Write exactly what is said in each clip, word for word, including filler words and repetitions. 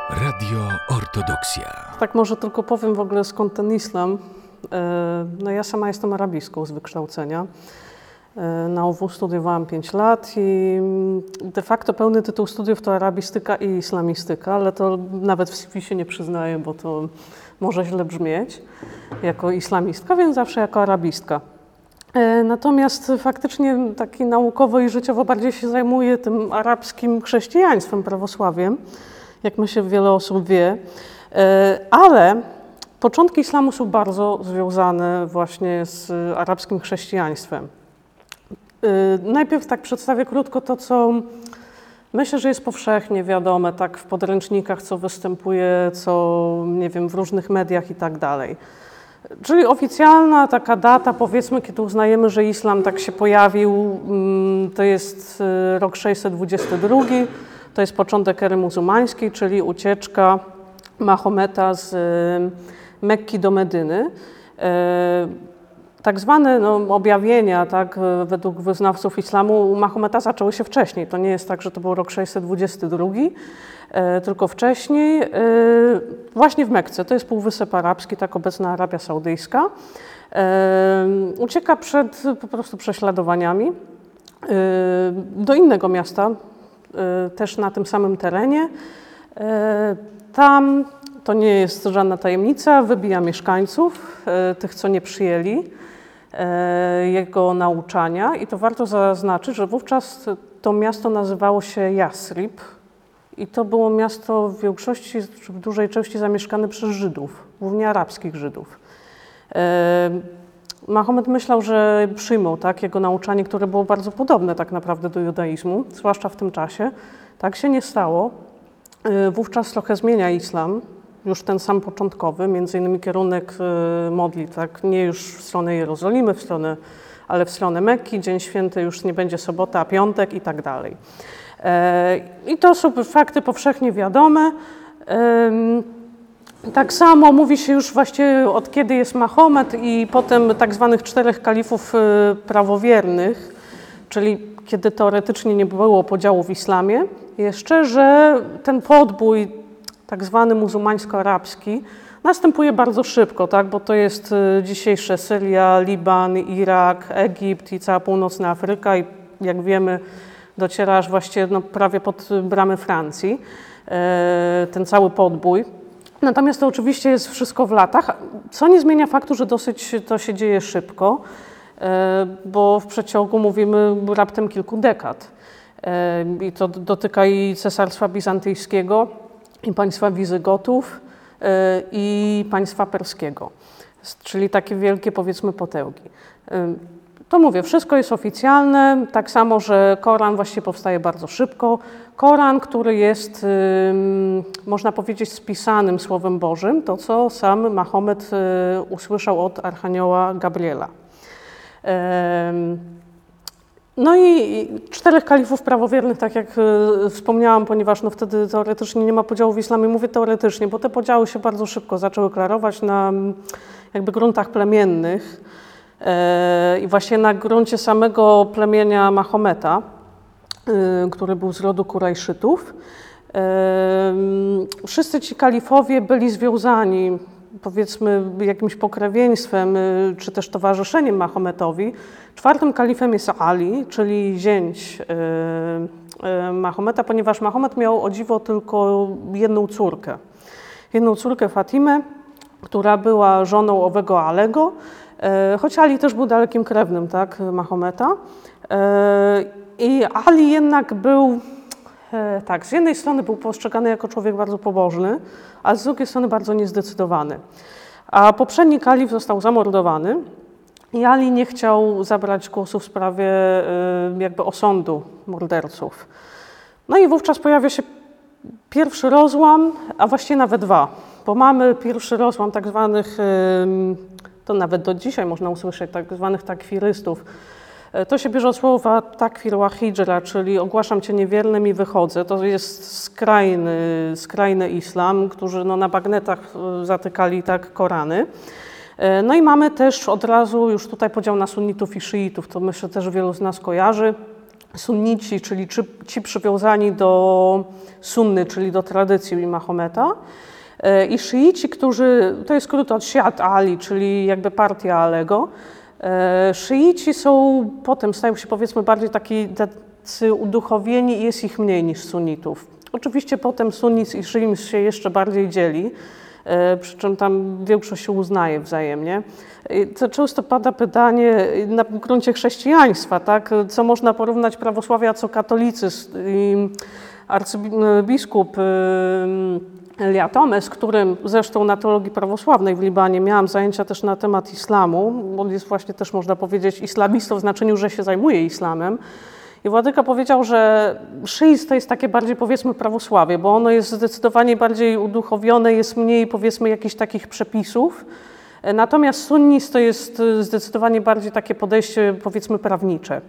Radio Ortodoksja. Tak może tylko powiem w ogóle, skąd ten islam. No ja sama jestem arabistką z wykształcenia. Na O W studiowałam pięć lat i de facto pełny tytuł studiów to arabistyka i islamistyka, ale to nawet w C V się nie przyznaję, bo to może źle brzmieć jako islamistka, więc zawsze jako arabistka. Natomiast faktycznie taki naukowo i życiowo bardziej się zajmuję tym arabskim chrześcijaństwem, prawosławiem, jak myślę wiele osób wie, ale początki islamu są bardzo związane właśnie z arabskim chrześcijaństwem. Najpierw tak przedstawię krótko to, co myślę, że jest powszechnie wiadome, tak w podręcznikach, co występuje, co nie wiem, w różnych mediach i tak dalej. Czyli oficjalna taka data, powiedzmy, kiedy uznajemy, że islam tak się pojawił, to jest rok sześćset dwudziesty drugi, to jest początek ery muzułmańskiej, czyli ucieczka Mahometa z Mekki do Medyny. Tak zwane no, objawienia, tak, według wyznawców islamu u Mahometa zaczęły się wcześniej. To nie jest tak, że to był rok sześćset dwudziesty drugi, e, tylko wcześniej, e, właśnie w Mekce, to jest Półwysep Arabski, tak obecna Arabia Saudyjska. E, ucieka przed po prostu prześladowaniami e, do innego miasta, e, też na tym samym terenie. E, tam, to nie jest żadna tajemnica, wybija mieszkańców, e, tych, co nie przyjęli jego nauczania i to warto zaznaczyć, że wówczas to miasto nazywało się Jasrib i to było miasto w większości, czy w dużej części zamieszkane przez Żydów, głównie arabskich Żydów. Mahomet myślał, że przyjmą tak, jego nauczanie, które było bardzo podobne tak naprawdę do judaizmu, zwłaszcza w tym czasie. Tak się nie stało. Wówczas trochę zmienia islam, już ten sam początkowy, między innymi kierunek modlitw, tak, nie już w stronę Jerozolimy, w stronę, ale w stronę Mekki, Dzień Święty już nie będzie sobota, a piątek i tak dalej. I to są fakty powszechnie wiadome. Tak samo mówi się już właściwie od kiedy jest Mahomet i potem tak zwanych czterech kalifów prawowiernych, czyli kiedy teoretycznie nie było podziału w islamie, jeszcze, że ten podbój tak zwany muzułmańsko-arabski, następuje bardzo szybko, tak? Bo to jest dzisiejsze Syria, Liban, Irak, Egipt i cała północna Afryka i jak wiemy dociera aż właściwie no, prawie pod bramy Francji, e, ten cały podbój. Natomiast to oczywiście jest wszystko w latach, co nie zmienia faktu, że dosyć to się dzieje szybko, e, bo w przeciągu mówimy raptem kilku dekad. E, I to dotyka i Cesarstwa Bizantyjskiego, i państwa Wizygotów y, i państwa perskiego, czyli takie wielkie, powiedzmy, potęgi. Y, to mówię, wszystko jest oficjalne, tak samo, że Koran właściwie powstaje bardzo szybko. Koran, który jest, y, można powiedzieć, spisanym Słowem Bożym, to co sam Mahomet y, usłyszał od Archanioła Gabriela. Y, No i czterech kalifów prawowiernych, tak jak y, wspomniałam, ponieważ no wtedy teoretycznie nie ma podziału w islamie, mówię teoretycznie, bo te podziały się bardzo szybko zaczęły klarować na jakby gruntach plemiennych y, i właśnie na gruncie samego plemienia Mahometa, y, który był z rodu Kurajszytów. Y, wszyscy ci kalifowie byli związani, powiedzmy, jakimś pokrewieństwem czy też towarzyszeniem Mahometowi. Czwartym kalifem jest Ali, czyli zięć Mahometa, ponieważ Mahomet miał o dziwo tylko jedną córkę. Jedną córkę Fatimę, która była żoną owego Alego, choć Ali też był dalekim krewnym, tak, Mahometa. I Ali jednak był, tak, z jednej strony był postrzegany jako człowiek bardzo pobożny, a z drugiej strony bardzo niezdecydowany. A poprzedni kalif został zamordowany i Ali nie chciał zabrać głosu w sprawie jakby osądu morderców. No i wówczas pojawia się pierwszy rozłam, a właściwie nawet dwa, bo mamy pierwszy rozłam tak zwanych, to nawet do dzisiaj można usłyszeć, tak zwanych takwirystów. To się bierze od słowa takwir wa hijra, czyli ogłaszam cię niewiernym i wychodzę. To jest skrajny, skrajny islam, którzy no, na bagnetach zatykali tak Korany. No i mamy też od razu już tutaj podział na sunnitów i szyitów, to myślę też wielu z nas kojarzy. sunnici, czyli ci, ci przywiązani do sunny, czyli do tradycji Mahometa, i szyici, którzy, to jest skrót od Shiat Ali, czyli jakby partia Alego. Szyici są potem, stają się powiedzmy bardziej taki, tacy uduchowieni i jest ich mniej niż sunnitów. Oczywiście potem sunnizm i szyizm się jeszcze bardziej dzieli, przy czym tam większość się uznaje wzajemnie. To często pada pytanie na gruncie chrześcijaństwa, tak? Co można porównać prawosławia, co katolicyzm. I arcybiskup Elia Tome, z którym zresztą na teologii prawosławnej w Libanie miałam zajęcia też na temat islamu, bo on jest właśnie też, można powiedzieć, islamistą w znaczeniu, że się zajmuje islamem. I Władyka powiedział, że szyizm to jest takie bardziej, powiedzmy, prawosławie, bo ono jest zdecydowanie bardziej uduchowione, jest mniej, powiedzmy, jakichś takich przepisów. Natomiast sunnizm to jest zdecydowanie bardziej takie podejście, powiedzmy, prawnicze.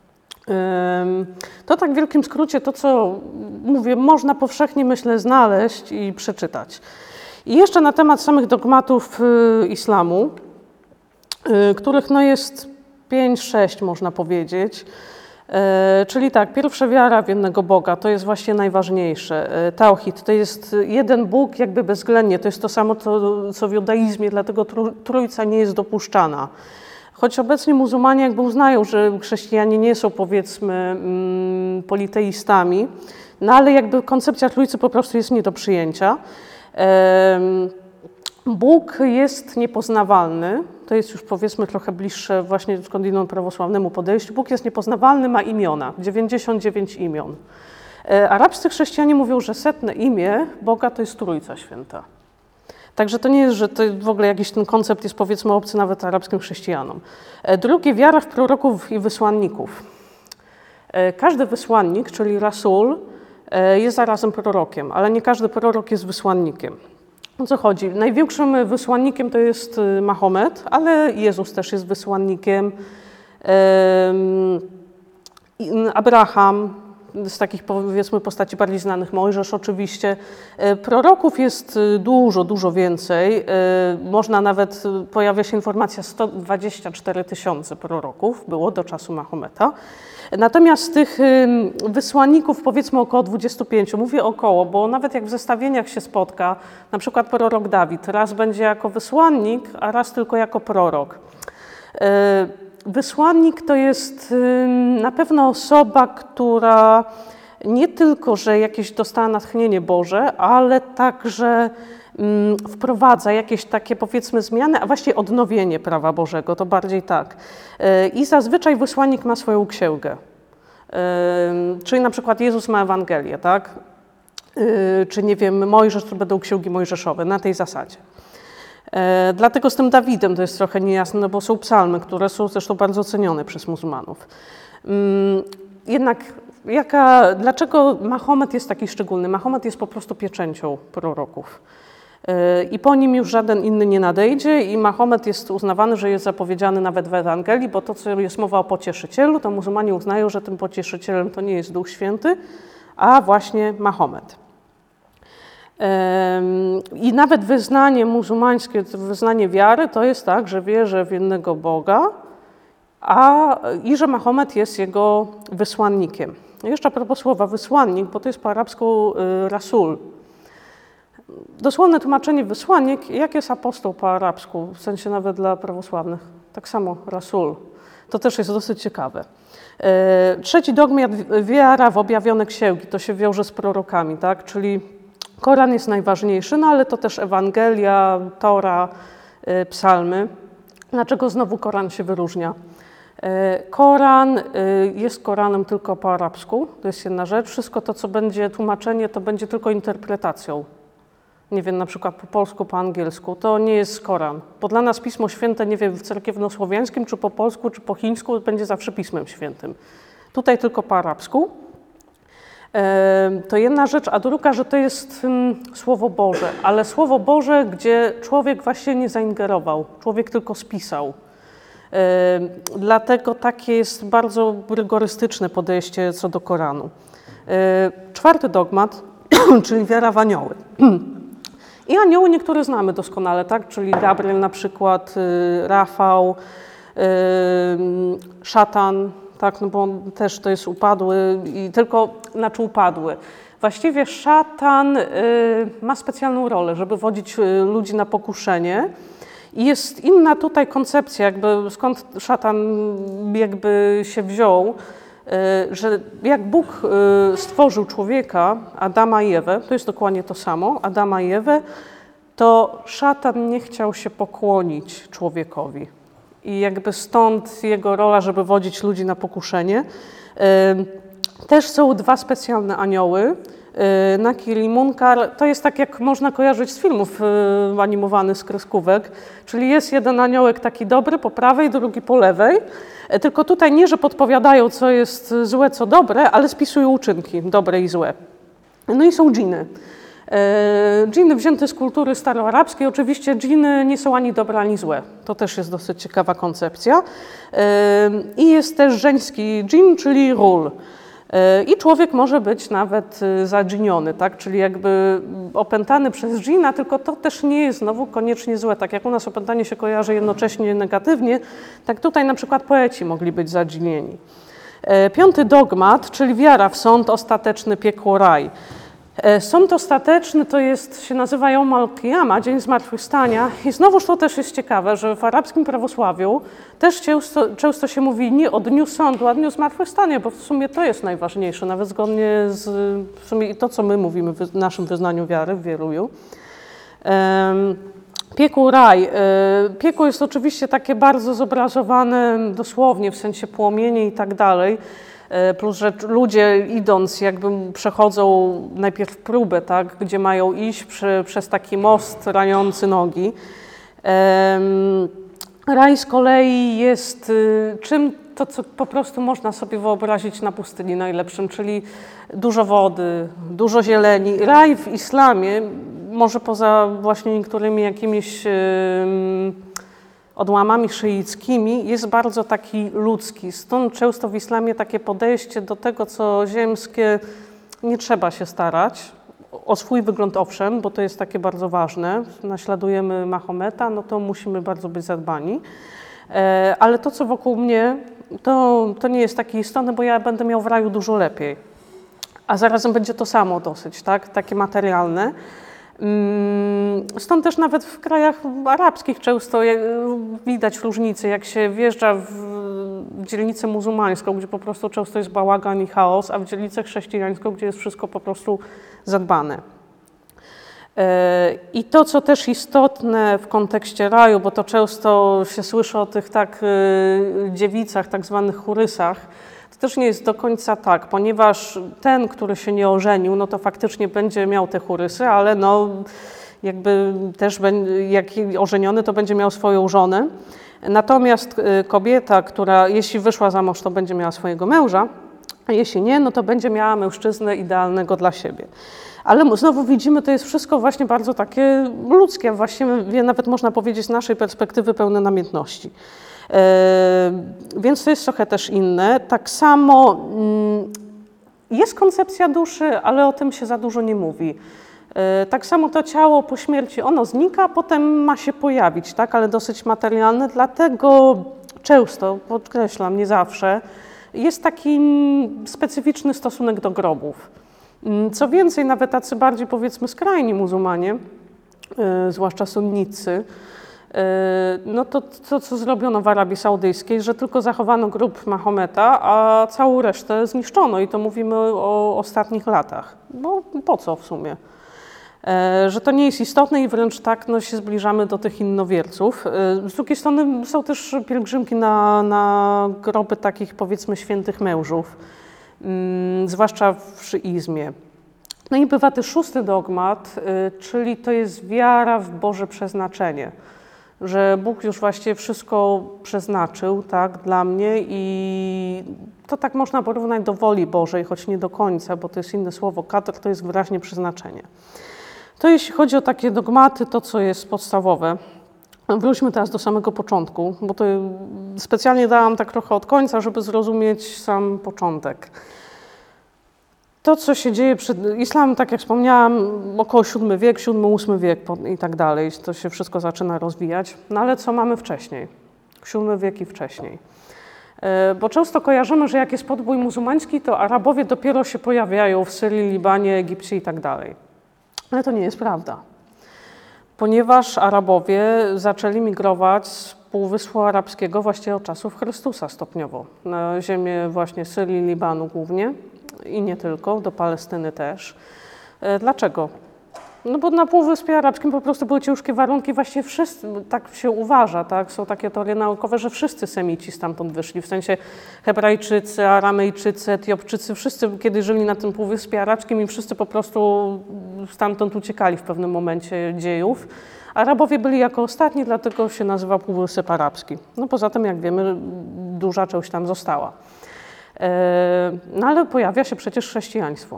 To tak w wielkim skrócie to, co mówię, można powszechnie, myślę, znaleźć i przeczytać. I jeszcze na temat samych dogmatów islamu, których no jest pięć, sześć, można powiedzieć. Czyli tak, pierwsza wiara w jednego Boga, to jest właśnie najważniejsze. Tauhid to jest jeden Bóg jakby bezwzględnie, to jest to samo, co, co w judaizmie, dlatego trójca nie jest dopuszczana. Choć obecnie muzułmanie jakby uznają, że chrześcijanie nie są, powiedzmy, mm, politeistami, no ale jakby koncepcja trójcy po prostu jest nie do przyjęcia. Ehm, Bóg jest niepoznawalny, to jest już, powiedzmy, trochę bliższe właśnie skądinąd prawosławnemu podejściu. Bóg jest niepoznawalny, ma imiona, dziewięćdziesiąt dziewięć imion. E, arabscy chrześcijanie mówią, że setne imię Boga to jest Trójca Święta. Także to nie jest, że to w ogóle jakiś ten koncept jest, powiedzmy, obcy nawet arabskim chrześcijanom. E, drugie, wiara w proroków i wysłanników. E, każdy wysłannik, czyli rasul, e, jest zarazem prorokiem, ale nie każdy prorok jest wysłannikiem. O co chodzi? Największym wysłannikiem to jest Mahomet, ale Jezus też jest wysłannikiem. Abraham, z takich, powiedzmy, postaci bardziej znanych, Mojżesz oczywiście. Proroków jest dużo, dużo więcej. Można nawet, pojawia się informacja, sto dwadzieścia cztery tysiące proroków było do czasu Mahometa. Natomiast tych wysłanników, powiedzmy, około dwudziestu pięciu, mówię około, bo nawet jak w zestawieniach się spotka, na przykład prorok Dawid, raz będzie jako wysłannik, a raz tylko jako prorok. Wysłannik to jest na pewno osoba, która nie tylko, że jakieś dostała natchnienie Boże, ale także wprowadza jakieś takie, powiedzmy, zmiany, a właściwie odnowienie prawa Bożego, to bardziej tak. I zazwyczaj wysłannik ma swoją księgę. Czyli na przykład Jezus ma Ewangelię, tak? Czy nie wiem, Mojżesz, to będą księgi mojżeszowe, na tej zasadzie. Dlatego z tym Dawidem to jest trochę niejasne, no bo są psalmy, które są zresztą bardzo cenione przez muzułmanów. Jednak jaka, dlaczego Mahomet jest taki szczególny? Mahomet jest po prostu pieczęcią proroków. I po nim już żaden inny nie nadejdzie i Mahomet jest uznawany, że jest zapowiedziany nawet w Ewangelii, bo to, co jest mowa o pocieszycielu, to muzułmanie uznają, że tym pocieszycielem to nie jest Duch Święty, a właśnie Mahomet. I nawet wyznanie muzułmańskie, wyznanie wiary, to jest tak, że wierzę w jednego Boga, a, i że Mahomet jest jego wysłannikiem. Jeszcze a propos słowa wysłannik, bo to jest po arabsku y, rasul. Dosłowne tłumaczenie wysłannik, jak jest apostoł po arabsku, w sensie nawet dla prawosławnych. Tak samo rasul. To też jest dosyć ciekawe. E, trzeci dogmat, wiara w objawione księgi, to się wiąże z prorokami, tak? Czyli Koran jest najważniejszy, no ale to też Ewangelia, Tora, e, psalmy. Dlaczego znowu Koran się wyróżnia? E, Koran e, jest Koranem tylko po arabsku, to jest jedna rzecz. Wszystko to, co będzie tłumaczenie, to będzie tylko interpretacją. Nie wiem, na przykład po polsku, po angielsku, to nie jest Koran. Bo dla nas Pismo Święte, nie wiem, w cerkiewnosłowiańskim, czy po polsku, czy po chińsku, będzie zawsze Pismem Świętym. Tutaj tylko po arabsku. To jedna rzecz, a druga, że to jest hmm, Słowo Boże, ale Słowo Boże, gdzie człowiek właśnie nie zaingerował, człowiek tylko spisał. Dlatego takie jest bardzo rygorystyczne podejście co do Koranu. Czwarty dogmat, czyli wiara w anioły. I anioły niektóre znamy doskonale, tak? Czyli Gabriel na przykład, y, Rafał, y, szatan, tak, no bo on też to jest upadły i tylko, znaczy upadły. Właściwie szatan y, ma specjalną rolę, żeby wodzić y, ludzi na pokuszenie. I jest inna tutaj koncepcja, jakby skąd szatan jakby się wziął, y, że jak Bóg y, stworzył człowieka, Adama i Ewę, to jest dokładnie to samo, Adama i Ewę, to szatan nie chciał się pokłonić człowiekowi. I jakby stąd jego rola, żeby wodzić ludzi na pokuszenie. Też są dwa specjalne anioły, Nakir i Munkar. To jest tak, jak można kojarzyć z filmów animowanych, z kreskówek. Czyli jest jeden aniołek taki dobry po prawej, drugi po lewej. Tylko tutaj nie, że podpowiadają, co jest złe, co dobre, ale spisują uczynki dobre i złe. No i są dżiny. Dżiny wzięte z kultury staroarabskiej. Oczywiście dżiny nie są ani dobre, ani złe. To też jest dosyć ciekawa koncepcja. I jest też żeński dżin, czyli ról. I człowiek może być nawet zadżiniony, tak? Czyli jakby opętany przez dżina, tylko to też nie jest znowu koniecznie złe. Tak jak u nas opętanie się kojarzy jednocześnie negatywnie, tak tutaj na przykład poeci mogli być zadżinieni. Piąty dogmat, czyli wiara w sąd ostateczny, piekło, raj. Sąd ostateczny to jest, się nazywa Jom al-Qiyama, Dzień Zmartwychwstania. I znowuż to też jest ciekawe, że w arabskim prawosławiu też często, często się mówi nie o dniu sądu, a dniu zmartwychwstania, bo w sumie to jest najważniejsze, nawet zgodnie z w sumie to, co my mówimy w naszym wyznaniu wiary, w wieruju. Um, Piekło, raj. Piekło jest oczywiście takie bardzo zobrazowane dosłownie, w sensie płomienie i tak dalej. Plus, że ludzie idąc jakby przechodzą najpierw próbę, tak, gdzie mają iść przy, przez taki most raniący nogi. Um, raj z kolei jest y, czym to, co po prostu można sobie wyobrazić na pustyni najlepszym, czyli dużo wody, dużo zieleni. Raj w islamie, może poza właśnie niektórymi jakimiś y, odłamami szyickimi, jest bardzo taki ludzki. Stąd często w islamie takie podejście do tego, co ziemskie, nie trzeba się starać. O swój wygląd owszem, bo to jest takie bardzo ważne. Naśladujemy Mahometa, no to musimy bardzo być zadbani. E, ale to, co wokół mnie, to, to nie jest takie istotne, bo ja będę miał w raju dużo lepiej. A zarazem będzie to samo dosyć, tak? Takie materialne. Stąd też nawet w krajach arabskich często widać różnice, jak się wjeżdża w dzielnicę muzułmańską, gdzie po prostu często jest bałagan i chaos, a w dzielnicę chrześcijańską, gdzie jest wszystko po prostu zadbane. I to, co też istotne w kontekście raju, bo to często się słyszy o tych tak dziewicach, tak zwanych churysach, to też nie jest do końca tak, ponieważ ten, który się nie ożenił, no to faktycznie będzie miał te churysy, ale no jakby też jak ożeniony, to będzie miał swoją żonę. Natomiast kobieta, która jeśli wyszła za mąż, to będzie miała swojego męża, a jeśli nie, no to będzie miała mężczyznę idealnego dla siebie. Ale znowu widzimy, to jest wszystko właśnie bardzo takie ludzkie, właściwie nawet można powiedzieć z naszej perspektywy pełne namiętności. Więc to jest trochę też inne. Tak samo jest koncepcja duszy, ale o tym się za dużo nie mówi. Tak samo to ciało po śmierci, ono znika, potem ma się pojawić, tak, ale dosyć materialne, dlatego często, podkreślam, nie zawsze, jest taki specyficzny stosunek do grobów. Co więcej, nawet tacy bardziej powiedzmy skrajni muzułmanie, zwłaszcza sunnicy, no to to, co zrobiono w Arabii Saudyjskiej, że tylko zachowano grób Mahometa, a całą resztę zniszczono i to mówimy o ostatnich latach. Bo po co w sumie? Że to nie jest istotne i wręcz tak no, się zbliżamy do tych innowierców. Z drugiej strony są też pielgrzymki na, na groby takich powiedzmy świętych mężów, zwłaszcza w szyizmie. No i bywa też szósty dogmat, czyli to jest wiara w Boże przeznaczenie. Że Bóg już właściwie wszystko przeznaczył, tak, dla mnie i to tak można porównać do woli Bożej, choć nie do końca, bo to jest inne słowo. Qadr to jest wyraźnie przeznaczenie. To jeśli chodzi o takie dogmaty, to co jest podstawowe. Wróćmy teraz do samego początku, bo to specjalnie dałam tak trochę od końca, żeby zrozumieć sam początek. To, co się dzieje przed islamem, tak jak wspomniałam, około siódmy wiek, siódmy, ósmy wiek i tak dalej, to się wszystko zaczyna rozwijać. No ale co mamy wcześniej? siódmy wiek i wcześniej. Bo często kojarzymy, że jak jest podbój muzułmański, to Arabowie dopiero się pojawiają w Syrii, Libanie, Egipcie i tak dalej. Ale to nie jest prawda. Ponieważ Arabowie zaczęli migrować z Półwyspu Arabskiego właściwie od czasów Chrystusa stopniowo. Na ziemię właśnie Syrii, Libanu głównie i nie tylko, do Palestyny też. Dlaczego? No bo na Półwyspie Arabskim po prostu były ciężkie warunki, właściwie wszyscy, tak się uważa, tak? Są takie teorie naukowe, że wszyscy Semici stamtąd wyszli, w sensie Hebrajczycy, Aramejczycy, Etiopczycy, wszyscy kiedy żyli na tym Półwyspie Arabskim i wszyscy po prostu stamtąd uciekali w pewnym momencie dziejów. Arabowie byli jako ostatni, dlatego się nazywa Półwysep Arabski. No poza tym, jak wiemy, duża część tam została. No ale pojawia się przecież chrześcijaństwo,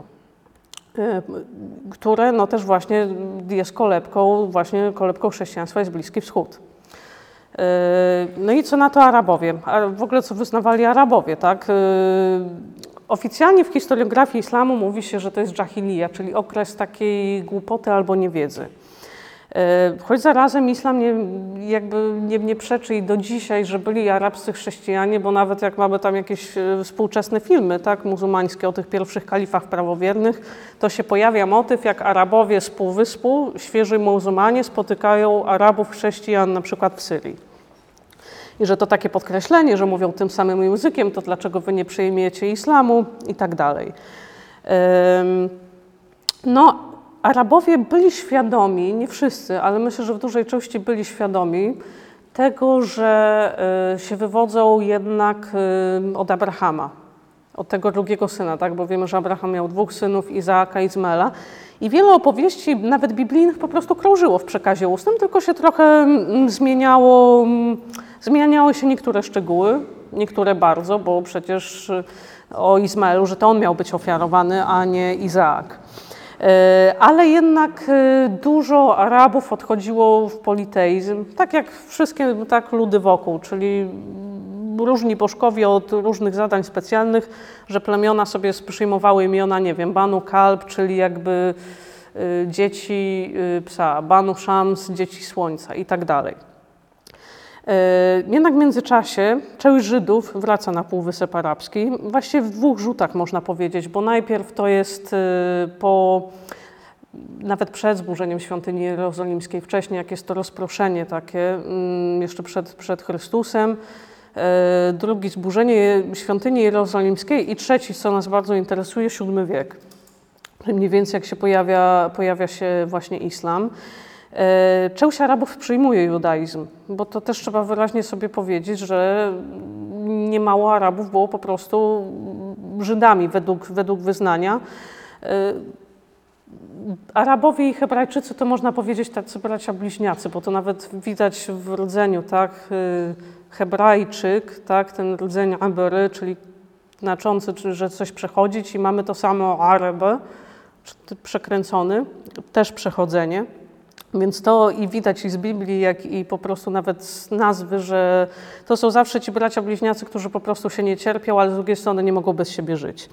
które no też właśnie jest kolebką, właśnie kolebką chrześcijaństwa jest Bliski Wschód. No i co na to Arabowie? A w ogóle co wyznawali Arabowie, tak? Oficjalnie w historiografii islamu mówi się, że to jest dżahilija, czyli okres takiej głupoty albo niewiedzy. Choć zarazem islam nie, jakby nie, nie przeczy i do dzisiaj, że byli arabscy chrześcijanie, bo nawet jak mamy tam jakieś współczesne filmy, tak, muzułmańskie o tych pierwszych kalifach prawowiernych, to się pojawia motyw, jak Arabowie z Półwyspu, świeży muzułmanie spotykają Arabów chrześcijan na przykład w Syrii. I że to takie podkreślenie, że mówią tym samym językiem, to dlaczego wy nie przyjmiecie islamu i tak dalej. No, Arabowie byli świadomi, nie wszyscy, ale myślę, że w dużej części byli świadomi tego, że się wywodzą jednak od Abrahama, od tego drugiego syna, tak? Bo wiemy, że Abraham miał dwóch synów, Izaaka i Izmaela. I wiele opowieści, nawet biblijnych, po prostu krążyło w przekazie ustnym, tylko się trochę zmieniało, zmieniały się niektóre szczegóły, niektóre bardzo, bo przecież o Izmaelu, że to on miał być ofiarowany, a nie Izaak. Ale jednak dużo Arabów odchodziło w politeizm, tak jak wszystkie tak ludy wokół, czyli różni bożkowie od różnych zadań specjalnych, że plemiona sobie przyjmowały imiona, nie wiem, Banu Kalb, czyli jakby dzieci psa, Banu Szams, dzieci słońca i tak dalej. Jednak w międzyczasie część Żydów wraca na Półwysep Arabski, właściwie w dwóch rzutach można powiedzieć, bo najpierw to jest po, nawet przed zburzeniem świątyni jerozolimskiej, wcześniej jak jest to rozproszenie takie, jeszcze przed, przed Chrystusem, drugi zburzenie świątyni jerozolimskiej i trzeci, co nas bardzo interesuje, siódmy wiek. Mniej więcej jak się pojawia, pojawia się właśnie islam. Część Arabów przyjmuje judaizm, bo to też trzeba wyraźnie sobie powiedzieć, że niemało Arabów było po prostu Żydami według, według wyznania. Arabowie i Hebrajczycy to można powiedzieć tacy bracia bliźniacy, bo to nawet widać w rdzeniu, tak? Hebrajczyk, tak? Ten rdzeń Abery, czyli znaczący, że coś przechodzić i mamy to samo Arabę, przekręcony, też przechodzenie. Więc to i widać i z Biblii, jak i po prostu nawet z nazwy, że to są zawsze ci bracia bliźniacy, którzy po prostu się nie cierpią, ale z drugiej strony nie mogą bez siebie żyć.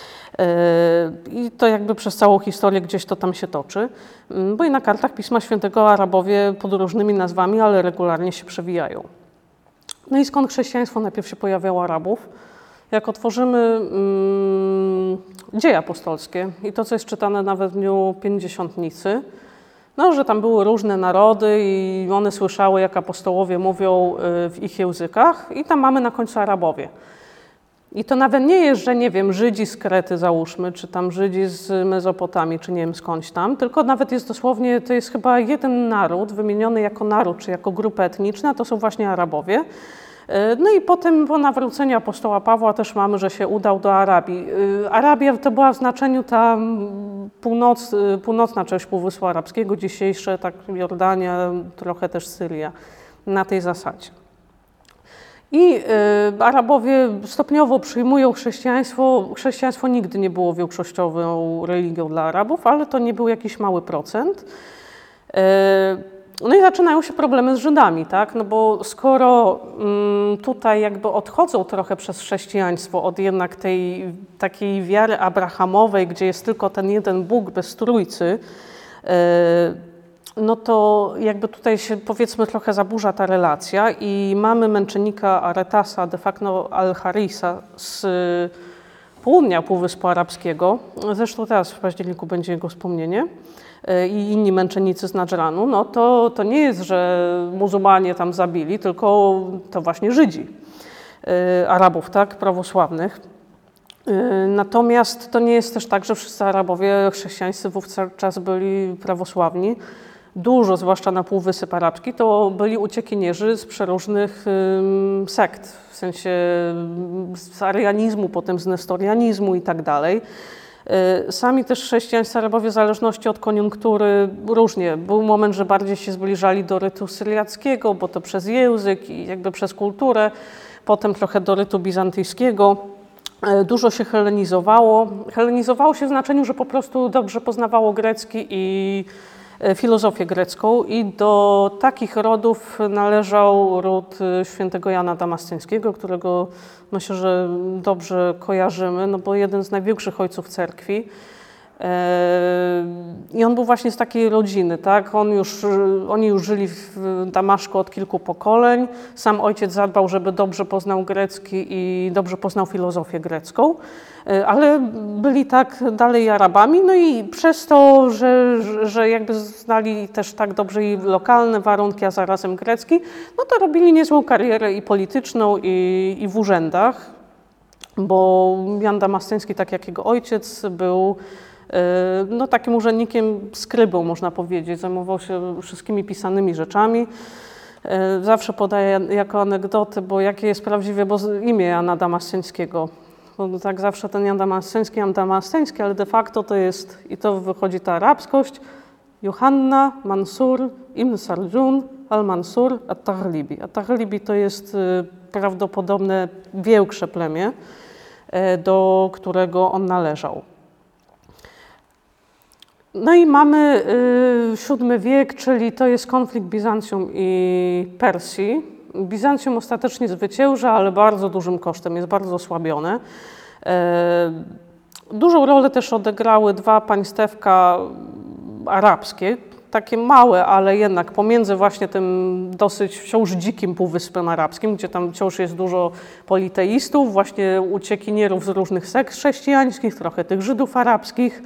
I to jakby przez całą historię gdzieś to tam się toczy, bo i na kartach Pisma Świętego Arabowie pod różnymi nazwami, ale regularnie się przewijają. No i skąd chrześcijaństwo najpierw się pojawiało Arabów? Jak otworzymy um, dzieje apostolskie i to, co jest czytane nawet w dniu Pięćdziesiątnicy, no, że tam były różne narody i one słyszały, jak apostołowie mówią w ich językach i tam mamy na końcu Arabowie. I to nawet nie jest, że nie wiem, Żydzi z Krety załóżmy, czy tam Żydzi z Mezopotamii, czy nie wiem skądś tam, tylko nawet jest dosłownie, to jest chyba jeden naród wymieniony jako naród, czy jako grupa etniczna, to są właśnie Arabowie. No i potem po nawróceniu apostoła Pawła też mamy, że się udał do Arabii. Arabia to była w znaczeniu ta północ, północna część Półwyspu Arabskiego, dzisiejsze tak Jordania, trochę też Syria, na tej zasadzie. I y, Arabowie stopniowo przyjmują chrześcijaństwo. Chrześcijaństwo nigdy nie było większościową religią dla Arabów, ale to nie był jakiś mały procent. Y, No i zaczynają się problemy z Żydami, tak? No bo skoro mm, tutaj jakby odchodzą trochę przez chrześcijaństwo od jednak tej takiej wiary abrahamowej, gdzie jest tylko ten jeden Bóg bez Trójcy, yy, no to jakby tutaj się powiedzmy trochę zaburza ta relacja i mamy męczennika Aretasa de facto al-Harisa z południa Półwyspu Arabskiego, zresztą teraz w październiku będzie jego wspomnienie, i inni męczennicy z Nadżranu, no to, to nie jest, że muzułmanie tam zabili, tylko to właśnie Żydzi, Arabów, tak, prawosławnych. Natomiast to nie jest też tak, że wszyscy Arabowie chrześcijańscy wówczas byli prawosławni. Dużo, zwłaszcza na Półwysep Arabski, to byli uciekinierzy z przeróżnych ym, sekt, w sensie z arianizmu, potem z nestorianizmu i tak dalej. Sami też chrześcijańscy Arabowie w zależności od koniunktury różnie. Był moment, że bardziej się zbliżali do rytu syriackiego, bo to przez język i jakby przez kulturę, potem trochę do rytu bizantyjskiego. Dużo się hellenizowało. Hellenizowało się w znaczeniu, że po prostu dobrze poznawało grecki i filozofię grecką i do takich rodów należał ród świętego Jana Damasceńskiego, którego myślę, że dobrze kojarzymy, no bo jeden z największych ojców cerkwi. I on był właśnie z takiej rodziny, tak? On już, oni już żyli w Damaszku od kilku pokoleń. Sam ojciec zadbał, żeby dobrze poznał grecki i dobrze poznał filozofię grecką, ale byli tak dalej Arabami, no i przez to, że, że jakby znali też tak dobrze i lokalne warunki, a zarazem grecki, no to robili niezłą karierę i polityczną, i, i w urzędach, bo Jan Damasceński, tak jak jego ojciec, był no, takim urzędnikiem skrybą, można powiedzieć. Zajmował się wszystkimi pisanymi rzeczami. Zawsze podaję jako anegdotę, bo jakie jest prawdziwe imię Jana Damasceńskiego. Bo tak zawsze ten Jan Damasceński, Jan Damasceński, ale de facto to jest, i to wychodzi ta arabskość, Johanna Mansur ibn Sarjun al-Mansur at-Taghlibi. At-Taghlibi to jest prawdopodobne większe plemię, do którego on należał. No i mamy y, siódmy wiek, czyli to jest konflikt Bizancjum i Persji. Bizancjum ostatecznie zwycięża, ale bardzo dużym kosztem, jest bardzo osłabione. Y, dużą rolę też odegrały dwa państewka arabskie, takie małe, ale jednak pomiędzy właśnie tym dosyć wciąż dzikim Półwyspem Arabskim, gdzie tam wciąż jest dużo politeistów, właśnie uciekinierów z różnych sekt chrześcijańskich, trochę tych Żydów arabskich.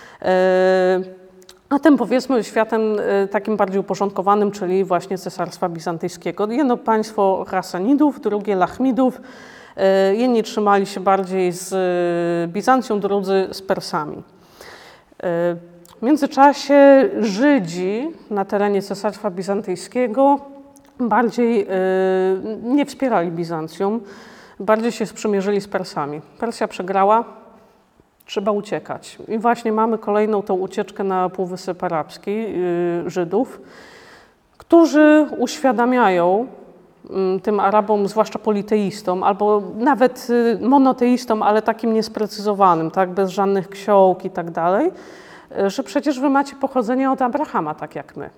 A tym powiedzmy światem takim bardziej uporządkowanym, czyli właśnie Cesarstwa Bizantyjskiego. Jedno państwo Hasanidów, drugie Lachmidów. Jedni trzymali się bardziej z Bizancją, drudzy z Persami. W międzyczasie Żydzi na terenie Cesarstwa Bizantyjskiego bardziej nie wspierali Bizancjum, bardziej się sprzymierzyli z Persami. Persja przegrała. Trzeba uciekać. I właśnie mamy kolejną tą ucieczkę na Półwysep Arabski yy, Żydów, którzy uświadamiają yy, tym Arabom, zwłaszcza politeistom, albo nawet yy, monoteistom, ale takim niesprecyzowanym, tak, bez żadnych ksiąg i tak dalej, yy, że przecież wy macie pochodzenie od Abrahama, tak jak my.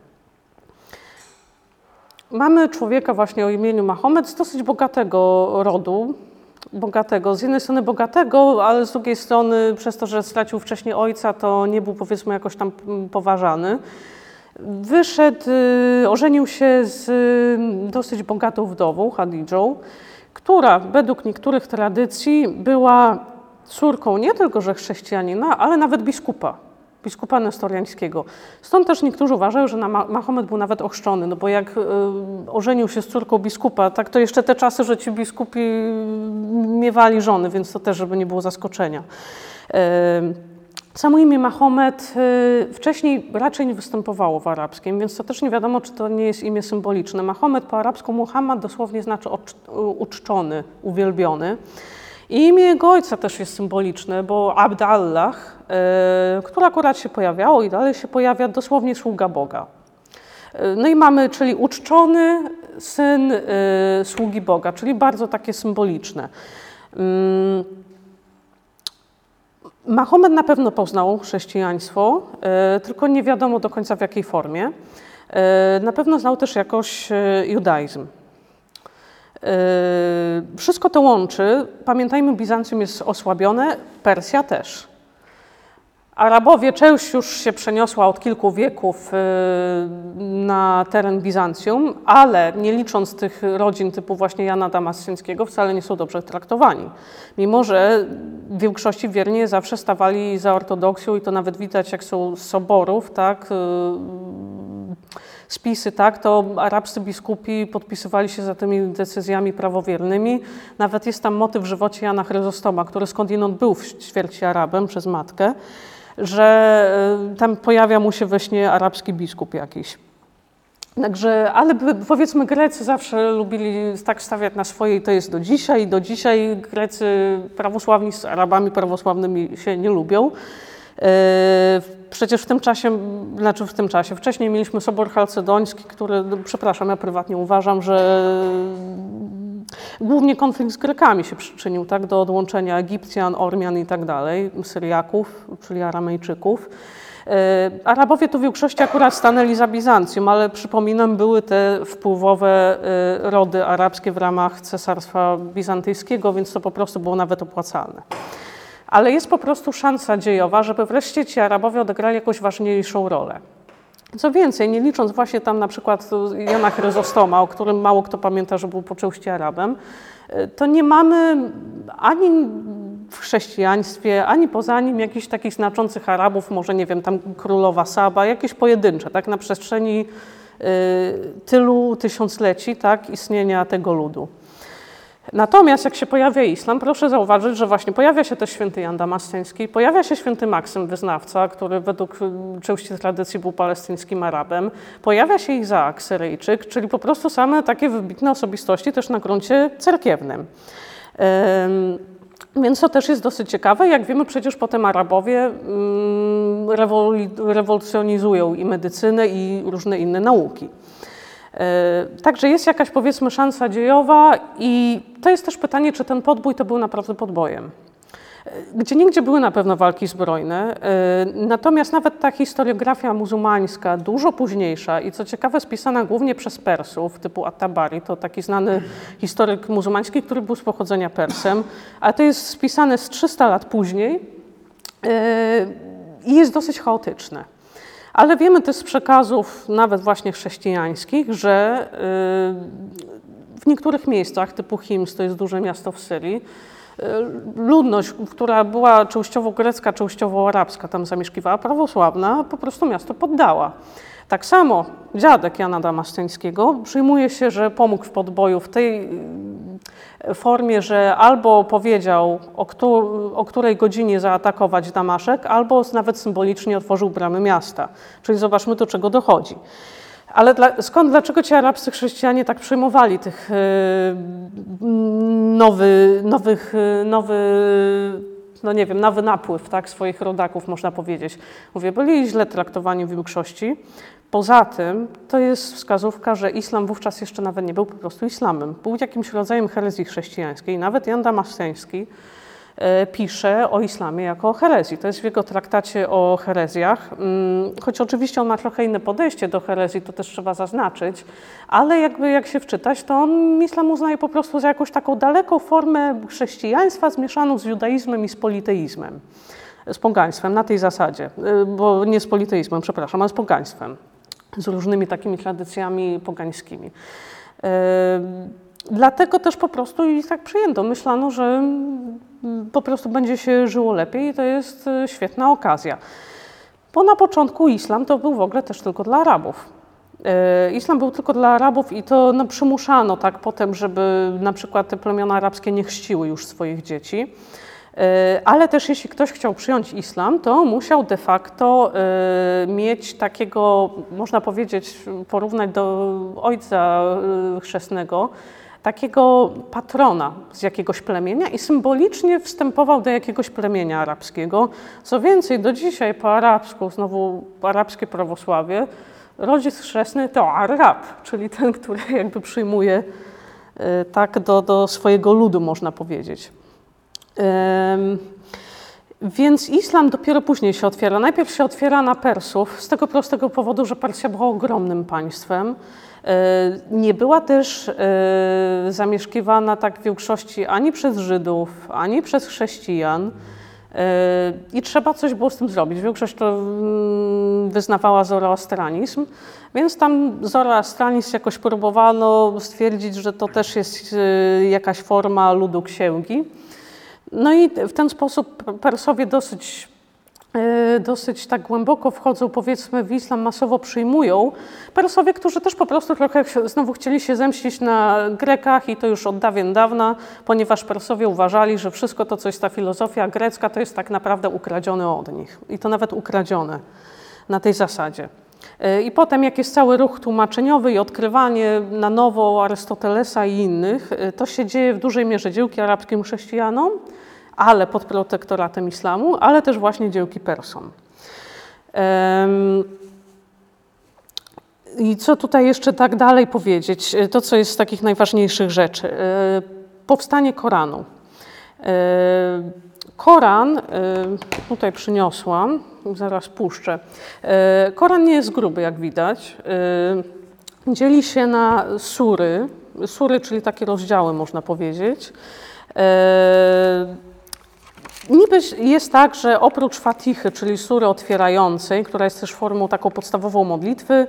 Mamy człowieka właśnie o imieniu Mahomet z dosyć bogatego rodu, bogatego, z jednej strony bogatego, ale z drugiej strony przez to, że stracił wcześniej ojca, to nie był powiedzmy jakoś tam poważany. Wyszedł, ożenił się z dosyć bogatą wdową, Hadidżą, która według niektórych tradycji była córką nie tylko że chrześcijanina, ale nawet biskupa, biskupa nestoriańskiego. Stąd też niektórzy uważają, że Mahomet był nawet ochrzczony, no bo jak y, ożenił się z córką biskupa, tak to jeszcze te czasy, że ci biskupi miewali żony, więc to też, żeby nie było zaskoczenia. Y, samo imię Mahomet y, wcześniej raczej nie występowało w arabskim, więc to też nie wiadomo, czy to nie jest imię symboliczne. Mahomet po arabsku Muhammad dosłownie znaczy uczczony, uwielbiony. I imię jego ojca też jest symboliczne, bo Abdallah, y, które akurat się pojawiało i dalej się pojawia, dosłownie sługa Boga. Y, no i mamy, czyli uczczony syn y, sługi Boga, czyli bardzo takie symboliczne. Y, Mahomet na pewno poznał chrześcijaństwo, y, tylko nie wiadomo do końca w jakiej formie. Y, na pewno znał też jakoś y, judaizm. Yy, wszystko to łączy. Pamiętajmy, Bizancjum jest osłabione, Persja też. Arabowie, część już się przeniosła od kilku wieków na teren Bizancjum, ale nie licząc tych rodzin typu właśnie Jana Damasceńskiego, wcale nie są dobrze traktowani. Mimo że w większości wiernie zawsze stawali za ortodoksją i to nawet widać, jak są z soborów, tak, spisy, tak, to arabscy biskupi podpisywali się za tymi decyzjami prawowiernymi. Nawet jest tam motyw w żywocie Jana Chryzostoma, który skądinąd był w ćwierci Arabem przez matkę, że tam pojawia mu się we śnie arabski biskup jakiś. Także, ale powiedzmy Grecy zawsze lubili tak stawiać na swoje i to jest do dzisiaj. Do dzisiaj Grecy prawosławni z Arabami prawosławnymi się nie lubią. Przecież w tym czasie, znaczy w tym czasie, wcześniej mieliśmy Sobór Chalcedoński, który, no, przepraszam, ja prywatnie uważam, że głównie konflikt z Grekami się przyczynił, tak, do odłączenia Egipcjan, Ormian i tak dalej, Syriaków, czyli Aramejczyków. Arabowie to w większości akurat stanęli za Bizancjum, ale przypominam, były te wpływowe rody arabskie w ramach Cesarstwa Bizantyjskiego, więc to po prostu było nawet opłacalne. Ale jest po prostu szansa dziejowa, żeby wreszcie ci Arabowie odegrali jakąś ważniejszą rolę. Co więcej, nie licząc właśnie tam na przykład Jana Chryzostoma, o którym mało kto pamięta, że był po części Arabem, to nie mamy ani w chrześcijaństwie, ani poza nim jakichś takich znaczących Arabów, może nie wiem, tam królowa Saba, jakieś pojedyncze, tak, na przestrzeni y, tylu tysiącleci, tak, istnienia tego ludu. Natomiast jak się pojawia islam, proszę zauważyć, że właśnie pojawia się też święty Jan Damasceński, pojawia się święty Maksym Wyznawca, który według części tradycji był palestyńskim Arabem, pojawia się Izaak Syryjczyk, czyli po prostu same takie wybitne osobistości też na gruncie cerkiewnym. Ym, Więc to też jest dosyć ciekawe. Jak wiemy, przecież potem Arabowie rewolucjonizują i medycynę, i różne inne nauki. Także jest jakaś, powiedzmy, szansa dziejowa i to jest też pytanie, czy ten podbój to był naprawdę podbojem. Gdzieniegdzie były na pewno walki zbrojne, natomiast nawet ta historiografia muzułmańska, dużo późniejsza i co ciekawe spisana głównie przez Persów, typu At-Tabari, to taki znany historyk muzułmański, który był z pochodzenia Persem, a to jest spisane z trzysta lat później i jest dosyć chaotyczne. Ale wiemy też z przekazów, nawet właśnie chrześcijańskich, że w niektórych miejscach, typu Hims, to jest duże miasto w Syrii, ludność, która była częściowo grecka, częściowo arabska, tam zamieszkiwała, prawosławna, po prostu miasto poddała. Tak samo dziadek Jana Damasceńskiego przyjmuje się, że pomógł w podboju w tej formie, że albo powiedział, o, któ o której godzinie zaatakować Damaszek, albo nawet symbolicznie otworzył bramy miasta. Czyli zobaczmy, do czego dochodzi. Ale dla, skąd, dlaczego ci arabscy chrześcijanie tak przyjmowali tych yy, nowy, nowych, nowy, no nie wiem, nowy napływ, tak, swoich rodaków, można powiedzieć. Mówię, byli źle traktowani w większości. Poza tym to jest wskazówka, że islam wówczas jeszcze nawet nie był po prostu islamem. Był jakimś rodzajem herezji chrześcijańskiej. Nawet Jan Damasceński e, pisze o islamie jako o herezji. To jest w jego traktacie o herezjach. Hmm, choć oczywiście on ma trochę inne podejście do herezji, to też trzeba zaznaczyć, ale jakby jak się wczytać, to on islam uznaje po prostu za jakąś taką daleką formę chrześcijaństwa zmieszaną z judaizmem i z politeizmem. Z pogaństwem, na tej zasadzie, bo nie z politeizmem, przepraszam, ale z pogaństwem, z różnymi takimi tradycjami pogańskimi. Yy, dlatego też po prostu i tak przyjęto. Myślano, że po prostu będzie się żyło lepiej i to jest świetna okazja. Bo na początku islam to był w ogóle też tylko dla Arabów. Yy, islam był tylko dla Arabów i to no, przymuszano tak potem, żeby na przykład te plemiona arabskie nie chrzciły już swoich dzieci. Ale też jeśli ktoś chciał przyjąć islam, to musiał de facto mieć takiego, można powiedzieć, porównać do ojca chrzestnego, takiego patrona z jakiegoś plemienia i symbolicznie wstępował do jakiegoś plemienia arabskiego. Co więcej, do dzisiaj po arabsku, znowu arabskie prawosławie, rodzic chrzestny to Arab, czyli ten, który jakby przyjmuje tak do, do swojego ludu, można powiedzieć. Um, więc islam dopiero później się otwiera. Najpierw się otwiera na Persów z tego prostego powodu, że Persja była ogromnym państwem. E, nie była też e, zamieszkiwana tak w większości ani przez Żydów, ani przez chrześcijan. I trzeba coś było z tym zrobić. Większość to wyznawała zoroastranizm, więc tam zoroastranizm jakoś próbowano stwierdzić, że to też jest jakaś forma ludu księgi. No i w ten sposób Persowie dosyć, dosyć tak głęboko wchodzą, powiedzmy, w islam, masowo przyjmują. Persowie, którzy też po prostu trochę znowu chcieli się zemścić na Grekach i to już od dawien dawna, ponieważ Persowie uważali, że wszystko to, co jest ta filozofia grecka, to jest tak naprawdę ukradzione od nich. I to nawet ukradzione na tej zasadzie. I potem, jak jest cały ruch tłumaczeniowy i odkrywanie na nowo Arystotelesa i innych, to się dzieje w dużej mierze dzięki arabskim chrześcijanom, ale pod protektoratem islamu, ale też właśnie dzięki Persom. I co tutaj jeszcze tak dalej powiedzieć? To, co jest z takich najważniejszych rzeczy. Powstanie Koranu. Koran, tutaj przyniosłam, zaraz puszczę. Koran nie jest gruby, jak widać. Dzieli się na sury, sury, czyli takie rozdziały, można powiedzieć. Niby jest tak, że oprócz Fatichy, czyli sury otwierającej, która jest też formą taką podstawową modlitwy,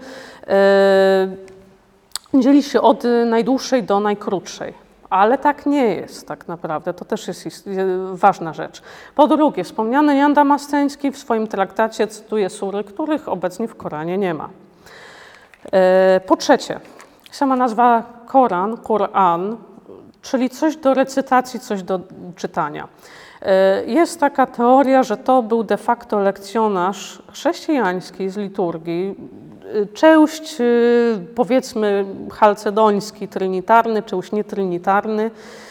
dzieli się od najdłuższej do najkrótszej. Ale tak nie jest tak naprawdę, to też jest ważna rzecz. Po drugie, wspomniany Jan Damasceński w swoim traktacie cytuje sury, których obecnie w Koranie nie ma. Po trzecie, sama nazwa Koran, Koran, czyli coś do recytacji, coś do czytania. Jest taka teoria, że to był de facto lekcjonarz chrześcijański z liturgii, część, powiedzmy, chalcedoński, trinitarny, część nietrinitarny,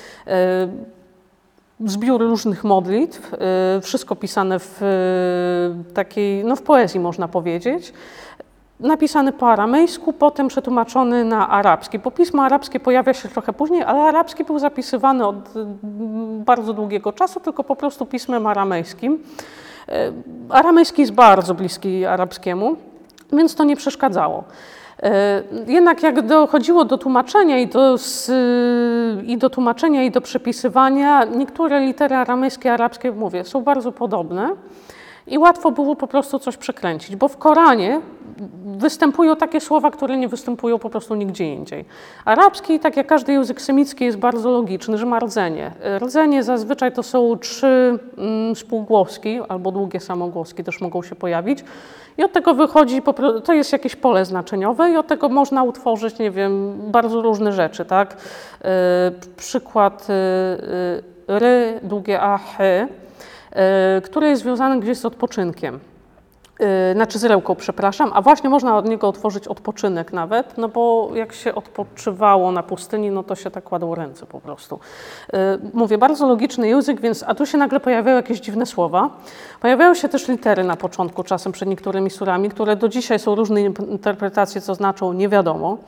zbiór różnych modlitw, wszystko pisane w takiej, no w poezji można powiedzieć, napisany po aramejsku, potem przetłumaczony na arabski, bo pismo arabskie pojawia się trochę później, ale arabski był zapisywany od bardzo długiego czasu, tylko po prostu pismem aramejskim. Aramejski jest bardzo bliski arabskiemu, więc to nie przeszkadzało. Jednak jak dochodziło do tłumaczenia i do, i do tłumaczenia i do przepisywania, niektóre litery aramejskie i arabskie, mówię, są bardzo podobne i łatwo było po prostu coś przekręcić, bo w Koranie występują takie słowa, które nie występują po prostu nigdzie indziej. Arabski, tak jak każdy język semicki, jest bardzo logiczny, że ma rdzenie. Rdzenie zazwyczaj to są trzy mm, spółgłoski albo długie samogłoski też mogą się pojawić i od tego wychodzi, to jest jakieś pole znaczeniowe i od tego można utworzyć, nie wiem, bardzo różne rzeczy, tak? Yy, przykład yy, ry, długie a, hy, yy, które jest związane gdzieś z odpoczynkiem. Znaczy z rełką, przepraszam, a właśnie można od niego otworzyć odpoczynek nawet, no bo jak się odpoczywało na pustyni, no to się tak kładło ręce po prostu. Mówię, bardzo logiczny język, więc, a tu się nagle pojawiają jakieś dziwne słowa. Pojawiają się też litery na początku, czasem przed niektórymi surami, które do dzisiaj są różne interpretacje, co znaczą, nie wiadomo.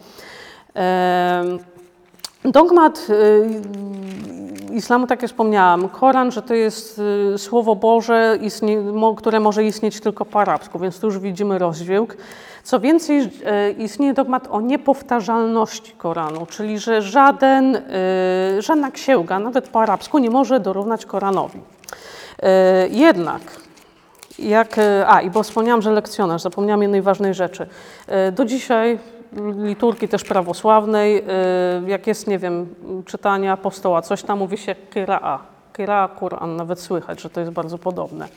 Dogmat islamu, tak jak wspomniałam, Koran, że to jest Słowo Boże, które może istnieć tylko po arabsku, więc tu już widzimy rozdźwięk. Co więcej, istnieje dogmat o niepowtarzalności Koranu, czyli że żaden, żadna księga, nawet po arabsku, nie może dorównać Koranowi. Jednak, jak, a i bo wspomniałam, że lekcjonarz, zapomniałam jednej ważnej rzeczy. Do dzisiaj liturgii też prawosławnej, jak jest, nie wiem, czytanie apostoła, coś tam mówi się kiraa, kiraa Koran, nawet słychać, że to jest bardzo podobne.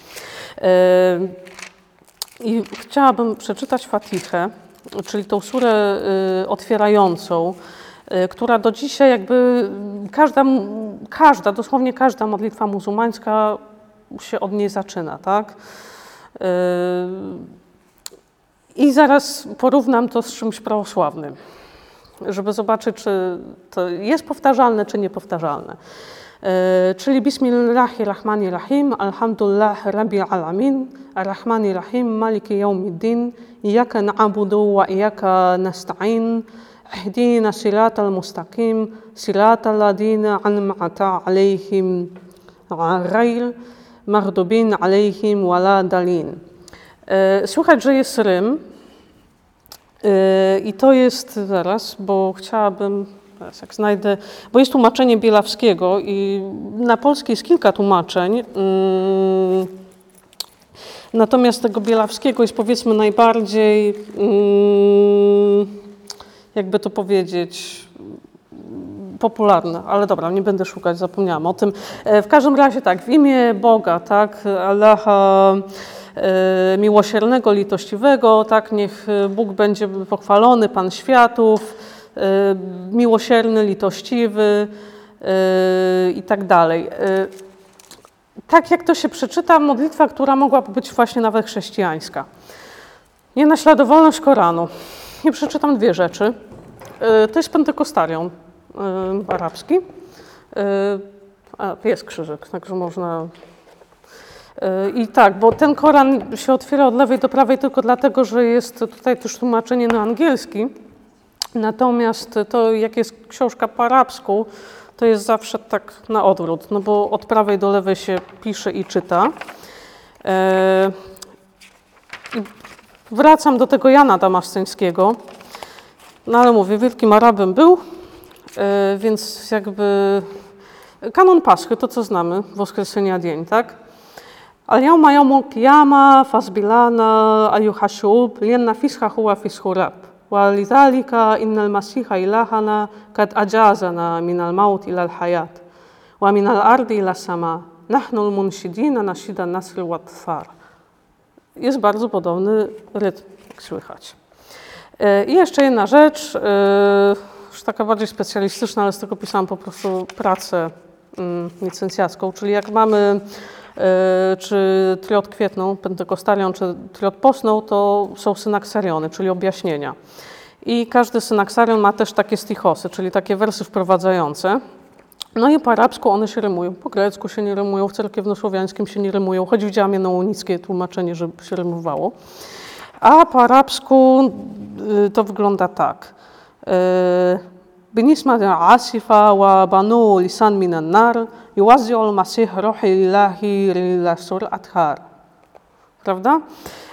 I chciałabym przeczytać Fatichę, czyli tą surę otwierającą, która do dzisiaj jakby każda, każda, dosłownie każda modlitwa muzułmańska się od niej zaczyna, tak? I zaraz porównam to z czymś prawosławnym, żeby zobaczyć, czy to jest powtarzalne, czy niepowtarzalne. E, czyli Bismillahirrahmanirrahim, Alhamdulillah Rabbil Alamin, Arrahmanirrahim, Maliki Yawmiddin, Iyaka na'budu wa iyaka nasta'in, Ihdina siratal mustaqim, siratal ladina an'amta alayhim ghayr maghdubin alayhim wala dalin. Słychać, że jest rym i to jest, zaraz, bo chciałabym, Teraz jak znajdę, bo jest tłumaczenie Bielawskiego i na polski jest kilka tłumaczeń. Mm, natomiast tego Bielawskiego jest powiedzmy najbardziej, mm, jakby to powiedzieć, popularne, ale dobra, nie będę szukać, zapomniałam o tym. W każdym razie tak, w imię Boga, tak, Allaha e, miłosiernego, litościwego, tak, niech Bóg będzie pochwalony, Pan światów, e, miłosierny, litościwy e, i tak dalej. E, tak jak to się przeczyta, modlitwa, która mogłaby być właśnie nawet chrześcijańska. Nienaśladowalność Koranu. I przeczytam dwie rzeczy. E, to jest Pentekostarion e, arabski. E, a, jest krzyżyk, także można... I tak, bo ten Koran się otwiera od lewej do prawej tylko dlatego, że jest tutaj też tłumaczenie na angielski. Natomiast to, jak jest książka po arabsku, to jest zawsze tak na odwrót, no bo od prawej do lewej się pisze i czyta. I wracam do tego Jana Damasceńskiego, no ale mówię, wielkim Arabem był, więc jakby kanon Paschy, to co znamy, Woskresenia dzień, tak? اليوم يوم القيامة فاصبر لنا أيها الشعوب لأن فسخه هو فسخ رب ولذلك إن المسيح إلهنا قد أجازنا من الموت إلى الحياة ومن الأرض إلى السماء نحن المنشدين نشيد النصر والظفار. Jest bardzo podobny rytm, jak słychać. I jeszcze jedna rzecz, już taka bardziej specjalistyczna, ale z tego pisałam po prostu pracę licencjacką, czyli jak mamy czy triod kwietną, pentekostalion, czy triod postną, to są synaksariony, czyli objaśnienia. I każdy synaksarion ma też takie stichosy, czyli takie wersy wprowadzające. No i po arabsku one się rymują, po grecku się nie rymują, w cerkiewnosłowiańskim się nie rymują, choć widziałam jedno unickie tłumaczenie, że się rymowało. A po arabsku to wygląda tak. بنسمة عاصفة وبنو لسان من النار يوزع المسيح روح الله للسر أطهار. Prawda?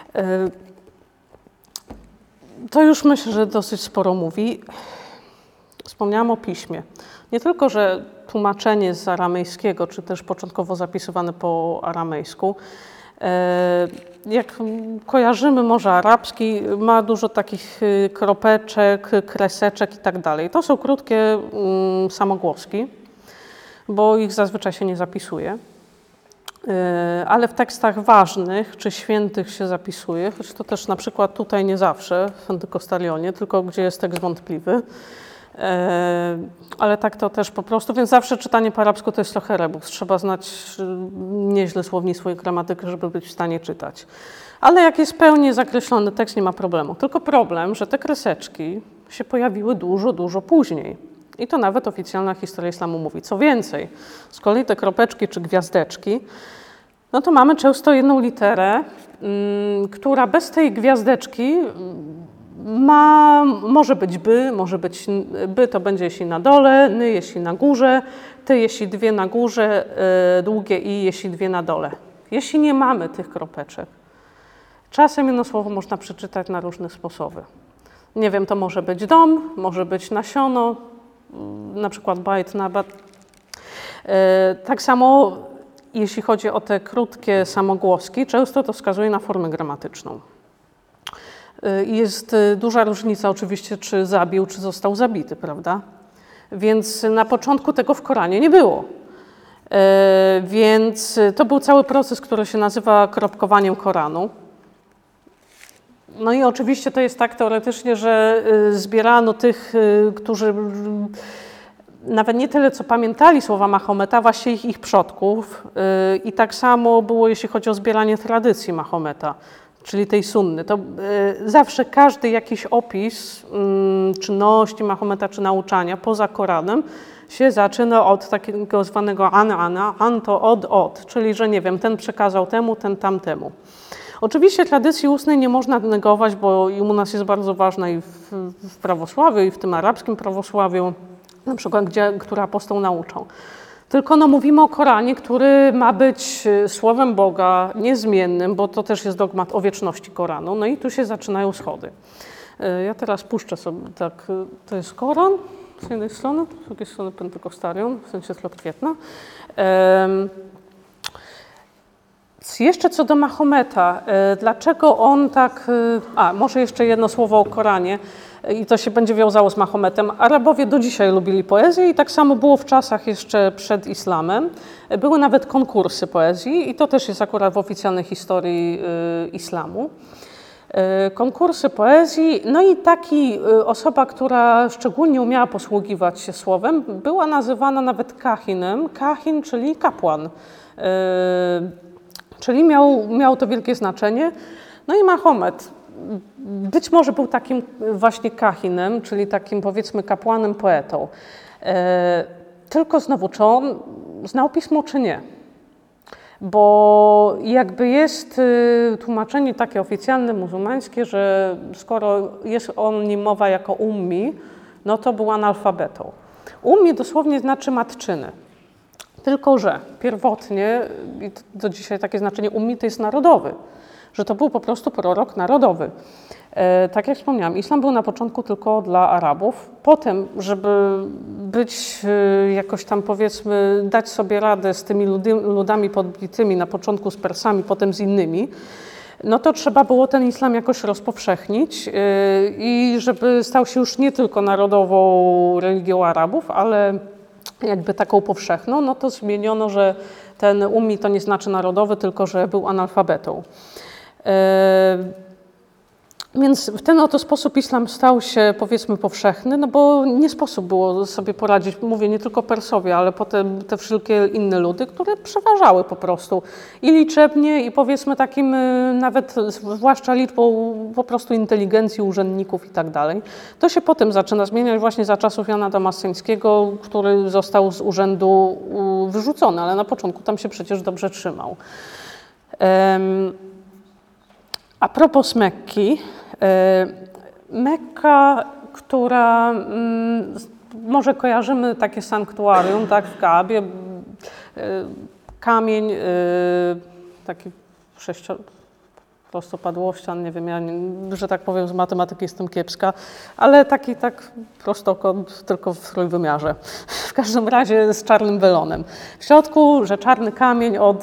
To już myślę, że dosyć sporo mówi. Wspomniałam o piśmie. Nie tylko, że tłumaczenie z aramejskiego, czy też początkowo zapisywane po aramejsku, jak kojarzymy morze arabski, ma dużo takich kropeczek, kreseczek i tak dalej. To są krótkie um, samogłoski, bo ich zazwyczaj się nie zapisuje. Ale w tekstach ważnych czy świętych się zapisuje, choć to też na przykład tutaj nie zawsze w Pentekostalionie, tylko gdzie jest tekst wątpliwy. Ale tak to też po prostu, więc zawsze czytanie po arabsku to jest trochę rebus. Trzeba znać nieźle słownictwo i gramatykę, żeby być w stanie czytać. Ale jak jest pełnie zakreślony tekst, nie ma problemu. Tylko problem, że te kreseczki się pojawiły dużo, dużo później. I to nawet oficjalna historia islamu mówi. Co więcej, z kolei te kropeczki czy gwiazdeczki, no to mamy często jedną literę, m, która bez tej gwiazdeczki ma, może być by, może być by, to będzie jeśli na dole, ny jeśli na górze, ty jeśli dwie na górze, y, długie i jeśli dwie na dole. Jeśli nie mamy tych kropeczek, czasem jedno słowo można przeczytać na różne sposoby. Nie wiem, to może być dom, może być nasiono, na przykład bajt, nabat. Y, tak samo jeśli chodzi o te krótkie samogłoski, często to wskazuje na formę gramatyczną. Jest duża różnica oczywiście, czy zabił, czy został zabity, prawda? Więc na początku tego w Koranie nie było. E, więc to był cały proces, który się nazywa kropkowaniem Koranu. No i oczywiście to jest tak teoretycznie, że zbierano tych, którzy nawet nie tyle, co pamiętali słowa Mahometa, właśnie ich, ich przodków. I tak samo było, jeśli chodzi o zbieranie tradycji Mahometa, czyli tej sunny. To y, zawsze każdy jakiś opis y, czynności Mahometa czy nauczania poza Koranem się zaczyna od takiego zwanego an-ana, an to od, od, czyli że nie wiem, ten przekazał temu, ten tamtemu. Oczywiście tradycji ustnej nie można negować, bo i u nas jest bardzo ważna i w, w prawosławiu, i w tym arabskim prawosławiu, na przykład, gdzie, który apostoł nauczał. Tylko no, mówimy o Koranie, który ma być słowem Boga niezmiennym, bo to też jest dogmat o wieczności Koranu. No i tu się zaczynają schody. Ja teraz puszczę sobie, tak, to jest Koran, z jednej strony, z drugiej strony Pentecostarium, w sensie zlot kwietna. Um, Jeszcze co do Mahometa, dlaczego on tak... A, może jeszcze jedno słowo o Koranie i to się będzie wiązało z Mahometem. Arabowie do dzisiaj lubili poezję i tak samo było w czasach jeszcze przed islamem. Były nawet konkursy poezji i to też jest akurat w oficjalnej historii islamu. Konkursy poezji, no i taki osoba, która szczególnie umiała posługiwać się słowem, była nazywana nawet kahinem, kahin, czyli kapłan. Czyli miał, miał to wielkie znaczenie. No i Mahomet być może był takim właśnie kahinem, czyli takim powiedzmy kapłanem, poetą. E, tylko znowu, czy on znał pismo, czy nie? Bo jakby jest y, tłumaczenie takie oficjalne, muzułmańskie, że skoro jest o nim mowa jako ummi, no to był analfabetą. Ummi dosłownie znaczy matczyny. Tylko że pierwotnie, i do dzisiaj takie znaczenie ummi, to jest narodowy, że to był po prostu prorok narodowy. E, tak jak wspomniałam, islam był na początku tylko dla Arabów. Potem, żeby być e, jakoś tam powiedzmy, dać sobie radę z tymi ludy, ludami podbitymi, na początku z Persami, potem z innymi, no to trzeba było ten islam jakoś rozpowszechnić e, i żeby stał się już nie tylko narodową religią Arabów, ale jakby taką powszechną, no to zmieniono, że ten ummi to nie znaczy narodowy, tylko że był analfabetą. E, więc w ten oto sposób islam stał się powiedzmy powszechny, no bo nie sposób było sobie poradzić, mówię nie tylko Persowie, ale potem te wszelkie inne ludy, które przeważały po prostu i liczebnie i powiedzmy takim nawet zwłaszcza liczbą po prostu inteligencji urzędników i tak dalej. To się potem zaczyna zmieniać właśnie za czasów Jana Damasceńskiego, który został z urzędu wyrzucony, ale na początku tam się przecież dobrze trzymał. Um, A propos Mekki, Mekka, która może kojarzymy takie sanktuarium, tak, w Kaabie, kamień, taki sześcio, prostopadłościan, nie wiem, ja nie, że tak powiem z matematyki jestem kiepska, ale taki tak prostokąt, tylko w trójwymiarze. W każdym razie z czarnym welonem. W środku, że czarny kamień od,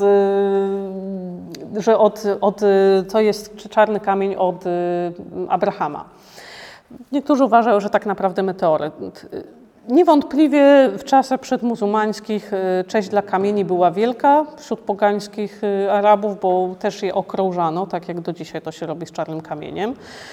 że od, od, to jest czarny kamień od Abrahama. Niektórzy uważają, że tak naprawdę meteoryt. Niewątpliwie w czasach przedmuzułmańskich cześć dla kamieni była wielka wśród pogańskich Arabów, bo też je okrążano, tak jak do dzisiaj to się robi z czarnym kamieniem.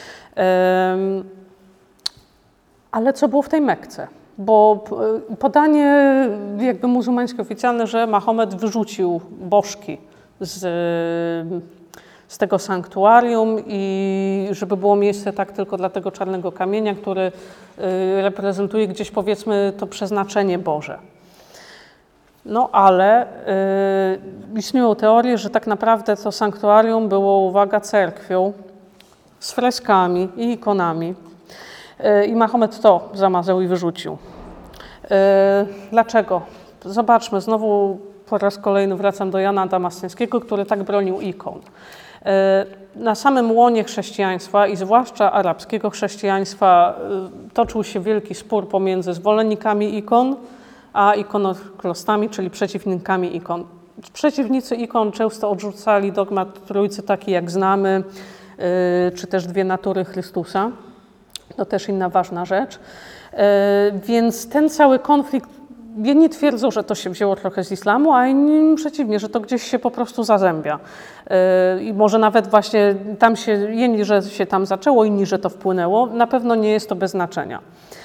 Ale co było w tej Mekce? Bo podanie jakby muzułmańskie oficjalne, że Mahomet wyrzucił bożki z, z tego sanktuarium i żeby było miejsce tak tylko dla tego czarnego kamienia, który reprezentuje gdzieś powiedzmy to przeznaczenie Boże. No ale y, istnieją teorie, że tak naprawdę to sanktuarium było, uwaga, cerkwią z freskami i ikonami. Y, I Mahomet to zamazał i wyrzucił. Y, dlaczego? Zobaczmy, znowu po raz kolejny wracam do Jana Damasceńskiego, który tak bronił ikon. Na samym łonie chrześcijaństwa i zwłaszcza arabskiego chrześcijaństwa toczył się wielki spór pomiędzy zwolennikami ikon a ikonoklastami, czyli przeciwnikami ikon. Przeciwnicy ikon często odrzucali dogmat Trójcy taki jak znamy, czy też dwie natury Chrystusa. To też inna ważna rzecz. Więc ten cały konflikt, jedni twierdzą, że to się wzięło trochę z islamu, a inni przeciwnie, że to gdzieś się po prostu zazębia. I może nawet właśnie tam się, jedni, że się tam zaczęło, inni, że to wpłynęło. Na pewno nie jest to bez znaczenia.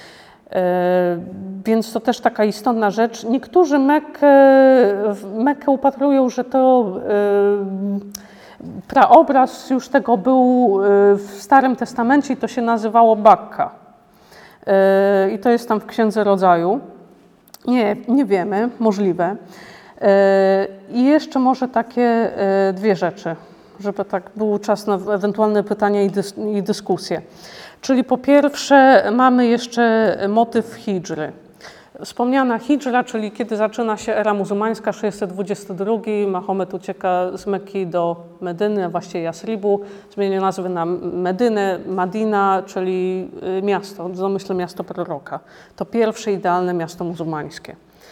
Więc to też taka istotna rzecz. Niektórzy Mekkę, Mekkę upatrują, że to praobraz już tego był w Starym Testamencie i to się nazywało Bakka. I to jest tam w Księdze Rodzaju. Nie, nie wiemy, możliwe. I jeszcze może takie dwie rzeczy, żeby tak był czas na ewentualne pytania i, dys i dyskusje. Czyli po pierwsze mamy jeszcze motyw hidżry. Wspomniana hidżra, czyli kiedy zaczyna się era muzułmańska, sześćset dwudziesty drugi, Mahomet ucieka z Mekki do Medyny, a właściwie Jasribu, zmienia nazwę na Medynę, Madina, czyli miasto, w domyśle miasto proroka. To pierwsze idealne miasto muzułmańskie.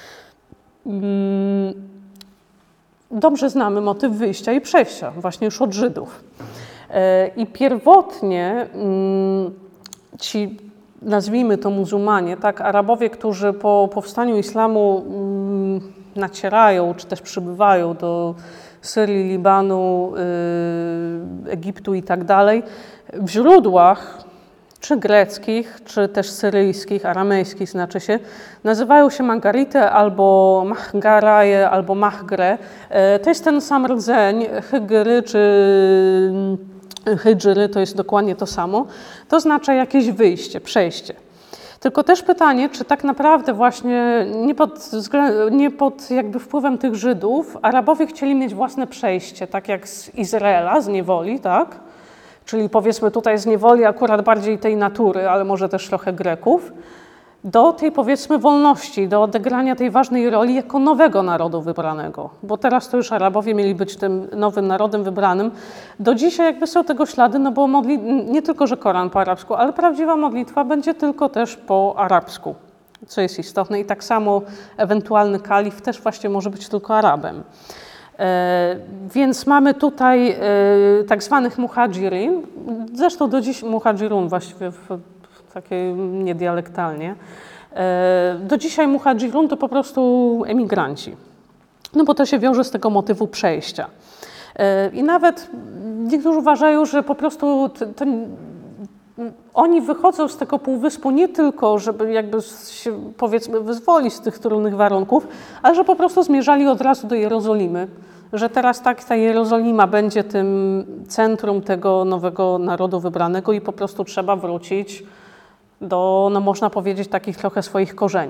Dobrze znamy motyw wyjścia i przejścia, właśnie już od Żydów. I pierwotnie ci, nazwijmy to muzułmanie, tak, Arabowie, którzy po powstaniu islamu nacierają, czy też przybywają do Syrii, Libanu, Egiptu i tak dalej, w źródłach czy greckich, czy też syryjskich, aramejskich znaczy się, nazywają się Margarite albo Mahgaraje, albo Mahgre. To jest ten sam rdzeń, hygry czy hydżyry, to jest dokładnie to samo. To oznacza jakieś wyjście, przejście. Tylko też pytanie, czy tak naprawdę właśnie nie pod, nie pod jakby wpływem tych Żydów Arabowie chcieli mieć własne przejście, tak jak z Izraela, z niewoli, tak? Czyli powiedzmy tutaj z niewoli akurat bardziej tej natury, ale może też trochę Greków, do tej powiedzmy wolności, do odegrania tej ważnej roli jako nowego narodu wybranego. Bo teraz to już Arabowie mieli być tym nowym narodem wybranym. Do dzisiaj jakby są tego ślady, no bo modli, nie tylko, że Koran po arabsku, ale prawdziwa modlitwa będzie tylko też po arabsku, co jest istotne. I tak samo ewentualny kalif też właśnie może być tylko Arabem. E, więc mamy tutaj e, tak zwanych muhadzirin, zresztą do dziś muhadzirun właściwie w, w takiej niedialektalnie. E, do dzisiaj muhadzirun to po prostu emigranci, no bo to się wiąże z tego motywu przejścia. E, I nawet niektórzy uważają, że po prostu ten, oni wychodzą z tego półwyspu nie tylko, żeby jakby się powiedzmy wyzwolić z tych trudnych warunków, ale że po prostu zmierzali od razu do Jerozolimy. Że teraz tak ta Jerozolima będzie tym centrum tego nowego narodu wybranego i po prostu trzeba wrócić do, no można powiedzieć, takich trochę swoich korzeni.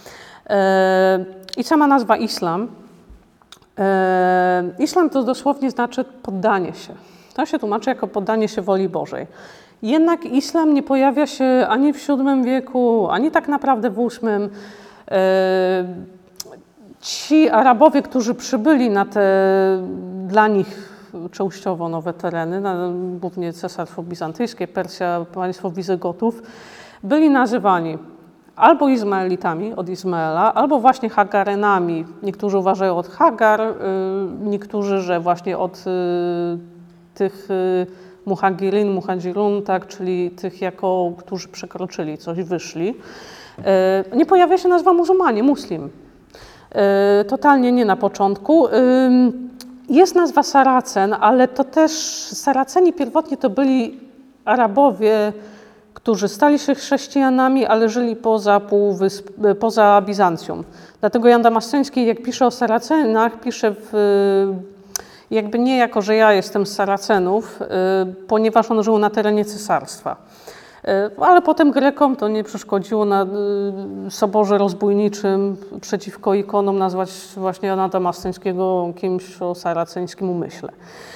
I sama nazwa islam. Islam to dosłownie znaczy poddanie się. To się tłumaczy jako poddanie się woli Bożej. Jednak islam nie pojawia się ani w siódmym wieku, ani tak naprawdę w ósmym. Ci Arabowie, którzy przybyli na te dla nich częściowo nowe tereny, na, głównie Cesarstwo Bizantyjskie, Persja, państwo Wizygotów, byli nazywani albo Izmaelitami od Izmaela, albo właśnie Hagarenami. Niektórzy uważają od Hagar, niektórzy, że właśnie od tych muhagirin, muhadzirun, tak, czyli tych, jako, którzy przekroczyli coś, wyszli. Nie pojawia się nazwa muzułmanie, muslim. Totalnie nie na początku. Jest nazwa Saracen, ale to też Saraceni pierwotnie to byli Arabowie, którzy stali się chrześcijanami, ale żyli poza, półwysp, poza Bizancją. Dlatego Jan Damasceński, jak pisze o Saracenach, pisze w, jakby nie jako, że ja jestem z Saracenów, ponieważ on żył na terenie cesarstwa. Ale potem Grekom to nie przeszkodziło na soborze rozbójniczym przeciwko ikonom nazwać właśnie Jana Damasceńskiego kimś o saraceńskim umyśle.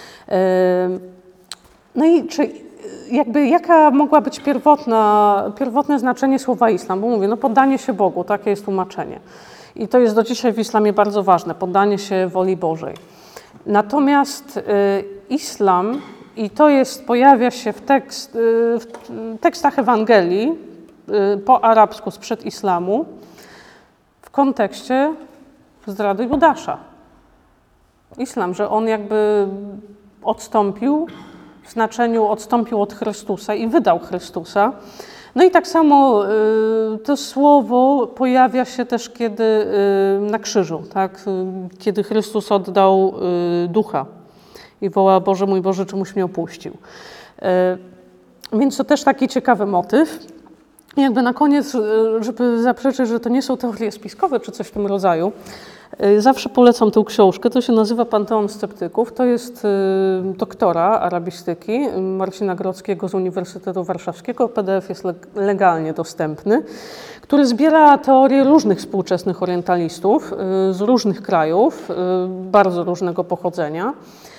No i czy jakby jaka mogła być pierwotna, pierwotne znaczenie słowa islam? Bo mówię, no poddanie się Bogu, takie jest tłumaczenie. I to jest do dzisiaj w islamie bardzo ważne, poddanie się woli Bożej. Natomiast y, islam, i to jest, pojawia się w, tekst, y, w tekstach Ewangelii y, po arabsku sprzed islamu w kontekście zdrady Judasza. Islam, że on jakby odstąpił, w znaczeniu odstąpił od Chrystusa i wydał Chrystusa. No i tak samo y, to słowo pojawia się też kiedy y, na krzyżu, tak? Kiedy Chrystus oddał y, ducha i woła: Boże mój Boże, czemuś mnie opuścił. Y, więc to też taki ciekawy motyw. I jakby na koniec, żeby zaprzeczyć, że to nie są teorie spiskowe czy coś w tym rodzaju, zawsze polecam tę książkę. To się nazywa Panteon Sceptyków. To jest doktora arabistyki Marcina Grodzkiego z Uniwersytetu Warszawskiego. P D F jest legalnie dostępny, który zbiera teorie różnych współczesnych orientalistów z różnych krajów, bardzo różnego pochodzenia.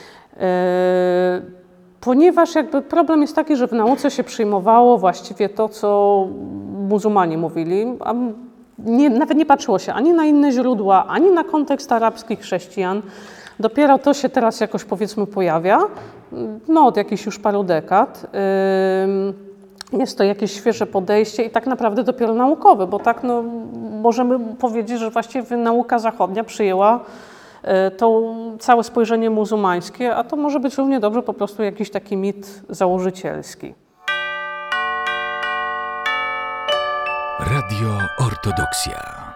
Ponieważ jakby problem jest taki, że w nauce się przyjmowało właściwie to, co muzułmanie mówili, a nie, nawet nie patrzyło się ani na inne źródła, ani na kontekst arabski chrześcijan. Dopiero to się teraz jakoś, powiedzmy, pojawia, no od jakichś już paru dekad. Jest to jakieś świeże podejście i tak naprawdę dopiero naukowe, bo tak no, możemy powiedzieć, że właściwie nauka zachodnia przyjęła to całe spojrzenie muzułmańskie, a to może być równie dobrze po prostu jakiś taki mit założycielski. Radio Ortodoksja.